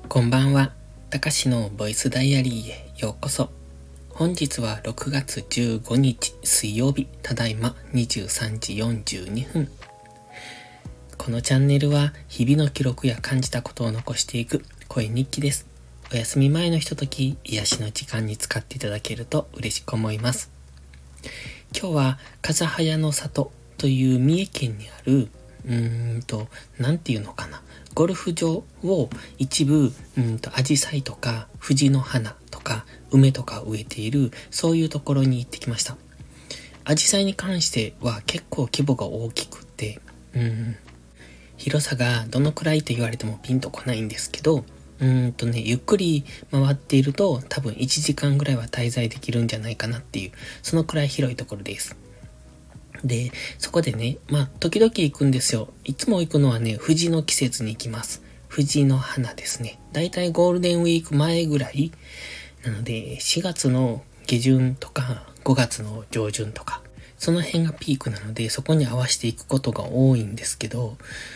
こんばんは。たかしのボイスダイアリーへようこそ。本日は6月15日水曜日、ただいま23時42分。このチャンネルは日々の記録や感じたことを残していく声日記です。お休み前のひととき、癒しの時間に使っていただけると嬉しく思います。今日は風早の里という三重県にあるなんていうのかな、ゴルフ場を一部アジサイとか藤の花とか梅とか植えている、そういうところに行ってきました。アジサイに関しては結構規模が大きくて、広さがどのくらいと言われてもピンとこないんですけど、ゆっくり回っていると多分1時間ぐらいは滞在できるんじゃないかなっていう、そのくらい広いところです。で、そこでね、時々行くんですよ。いつも行くのはね、藤の季節に行きます。藤の花ですね。だいたいゴールデンウィーク前ぐらいなので、4月の下旬とか5月の上旬とか、その辺がピークなので、そこに合わせていくことが多いんですけど、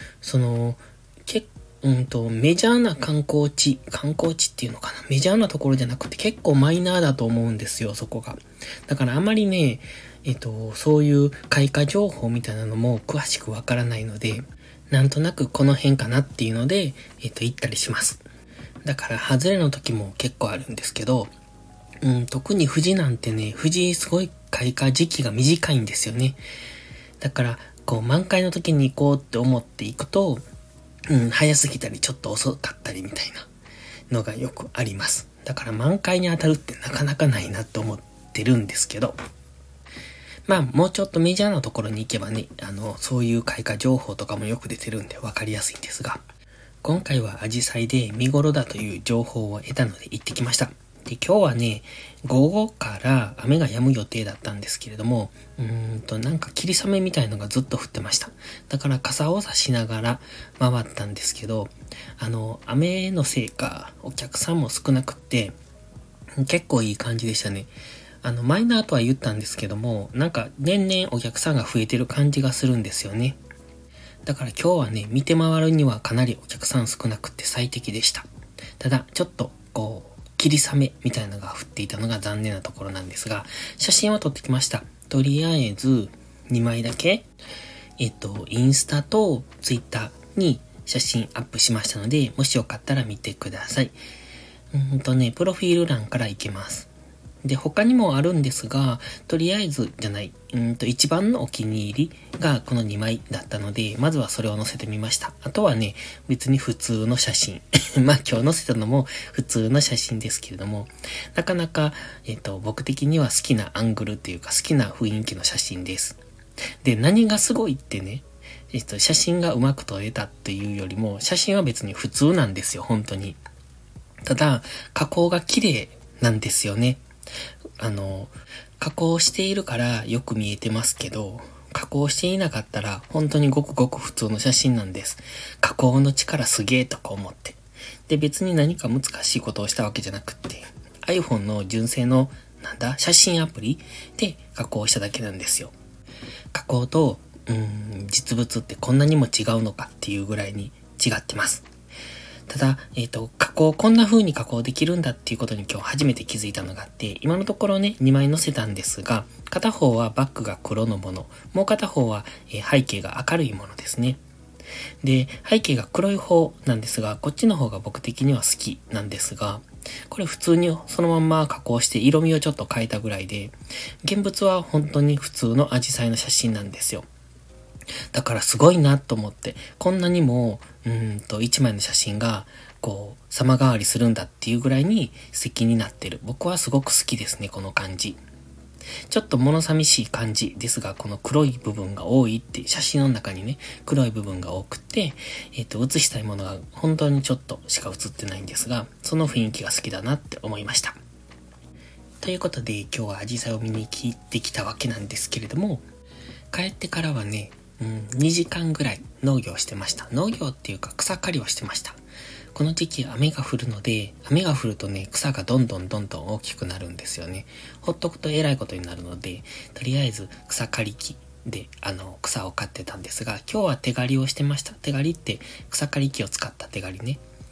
メジャーな観光地っていうのかな。メジャーなところじゃなくて結構マイナーだと思うんですよ、そこが。だからあまりね、そういう開花情報みたいなのも詳しくわからないので、なんとなくこの辺かなっていうので、行ったりします。だから外れの時も結構あるんですけど、特に藤なんてね、藤すごい開花時期が短いんですよね。だから、満開の時に行こうって思って行くと、早すぎたりちょっと遅かったりみたいなのがよくあります。だから満開に当たるってなかなかないなと思ってるんですけど、もうちょっとメジャーなところに行けばね、そういう開花情報とかもよく出てるんでわかりやすいんですが、今回はアジサイで見頃だという情報を得たので行ってきました。で、今日はね、午後から雨が止む予定だったんですけれども、なんか霧雨みたいのがずっと降ってました。だから傘を差しながら回ったんですけど、雨のせいかお客さんも少なくって、結構いい感じでしたね。マイナーとは言ったんですけども、なんか年々お客さんが増えてる感じがするんですよね。だから今日はね、見て回るにはかなりお客さん少なくて最適でした。ただ、ちょっと霧雨みたいなのが降っていたのが残念なところなんですが、写真は撮ってきました。とりあえず2枚だけ、インスタとツイッターに写真アップしましたので、もしよかったら見てください。プロフィール欄から行けます。で、他にもあるんですが、とりあえずじゃない、一番のお気に入りがこの2枚だったので、まずはそれを載せてみました。あとはね、別に普通の写真。今日載せたのも普通の写真ですけれども、なかなか、僕的には好きなアングルというか好きな雰囲気の写真です。で、何がすごいってね、写真がうまく撮れたっていうよりも、写真は別に普通なんですよ、本当に。ただ、加工が綺麗なんですよね。加工しているからよく見えてますけど、加工していなかったら本当にごくごく普通の写真なんです。加工の力すげーとか思って。で、別に何か難しいことをしたわけじゃなくって、iPhone の純正の写真アプリで加工しただけなんですよ。加工と、実物ってこんなにも違うのかっていうぐらいに違ってます。ただ、こんな風に加工できるんだっていうことに今日初めて気づいたのがあって、今のところね、2枚載せたんですが、片方はバックが黒のもの、もう片方は背景が明るいものですね。で、背景が黒い方なんですが、こっちの方が僕的には好きなんですが、これ普通にそのまんま加工して色味をちょっと変えたぐらいで、現物は本当に普通のアジサイの写真なんですよ。だからすごいなと思って、こんなにも、一枚の写真が、様変わりするんだっていうぐらいに素敵になってる。僕はすごく好きですね、この感じ。ちょっと物寂しい感じですが、この黒い部分が多いって、写真の中にね、黒い部分が多くて、写したいものが本当にちょっとしか写ってないんですが、その雰囲気が好きだなって思いました。ということで、今日はアジサイを見に行ってきたわけなんですけれども、帰ってからはね、2時間ぐらい農業してました。農業っていうか草刈りをしてました。この時期雨が降るので、雨が降るとね、草がどんどん大きくなるんですよね。ほっとくとえらいことになるので、とりあえず草刈り機で、草を刈ってたんですが、今日は手刈りをしてました。手刈りって草刈り機を使った手刈りね。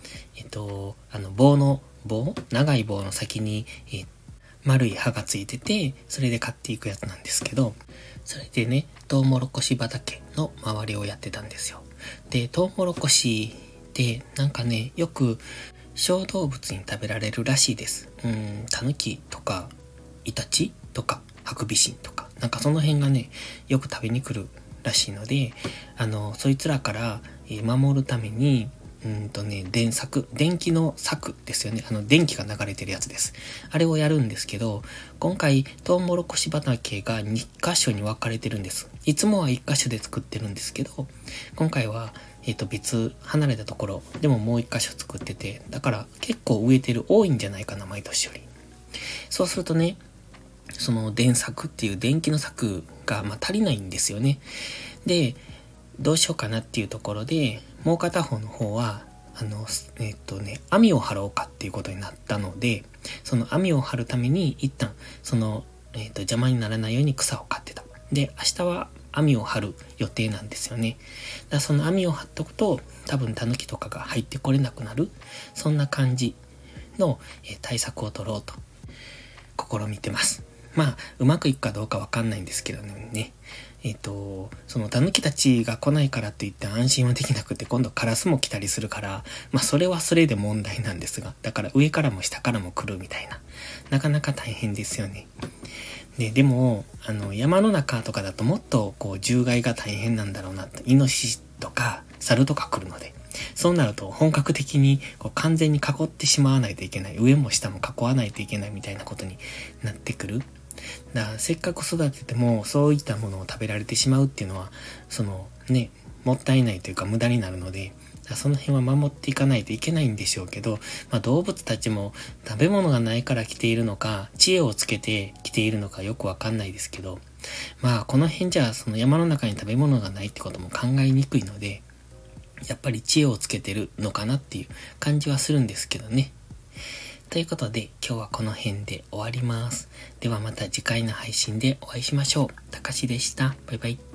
長い棒の先に、丸い刃がついてて、それで買っていくやつなんですけど、それでね、トウモロコシ畑の周りをやってたんですよ。で、トウモロコシってなんかね、よく小動物に食べられるらしいです。タヌキとか、イタチとか、ハクビシンとか、なんかその辺がね、よく食べに来るらしいので、そいつらから、守るために、電気の柵ですよね。電気が流れてるやつです。あれをやるんですけど、今回、トウモロコシ畑が2箇所に分かれてるんです。いつもは1箇所で作ってるんですけど、今回は、離れたところでももう1箇所作ってて、だから結構植えてる多いんじゃないかな、毎年より。そうするとね、その電柵っていう電気の柵が、足りないんですよね。で、どうしようかなっていうところで、もう片方の方は、網を張ろうかっていうことになったので、その網を張るために一旦、邪魔にならないように草を刈ってた。で、明日は網を張る予定なんですよね。だからその網を張っとくと、多分タヌキとかが入ってこれなくなる。そんな感じの、対策を取ろうと、試みてます。うまくいくかどうかわかんないんですけどね。そのタヌキたちが来ないからといって安心はできなくて、今度カラスも来たりするから、それはそれで問題なんですが、だから上からも下からも来るみたいな。なかなか大変ですよね。でも、山の中とかだともっと獣害が大変なんだろうなと。イノシシとか猿とか来るので。そうなると本格的に完全に囲ってしまわないといけない。上も下も囲わないといけないみたいなことになってくる。だからせっかく育ててもそういったものを食べられてしまうっていうのはもったいないというか無駄になるので、その辺は守っていかないといけないんでしょうけど、動物たちも食べ物がないから来ているのか、知恵をつけて来ているのかよくわかんないですけど、この辺じゃその山の中に食べ物がないってことも考えにくいので、やっぱり知恵をつけてるのかなっていう感じはするんですけどね。ということで今日はこの辺で終わります。ではまた次回の配信でお会いしましょう。たかしでした。バイバイ。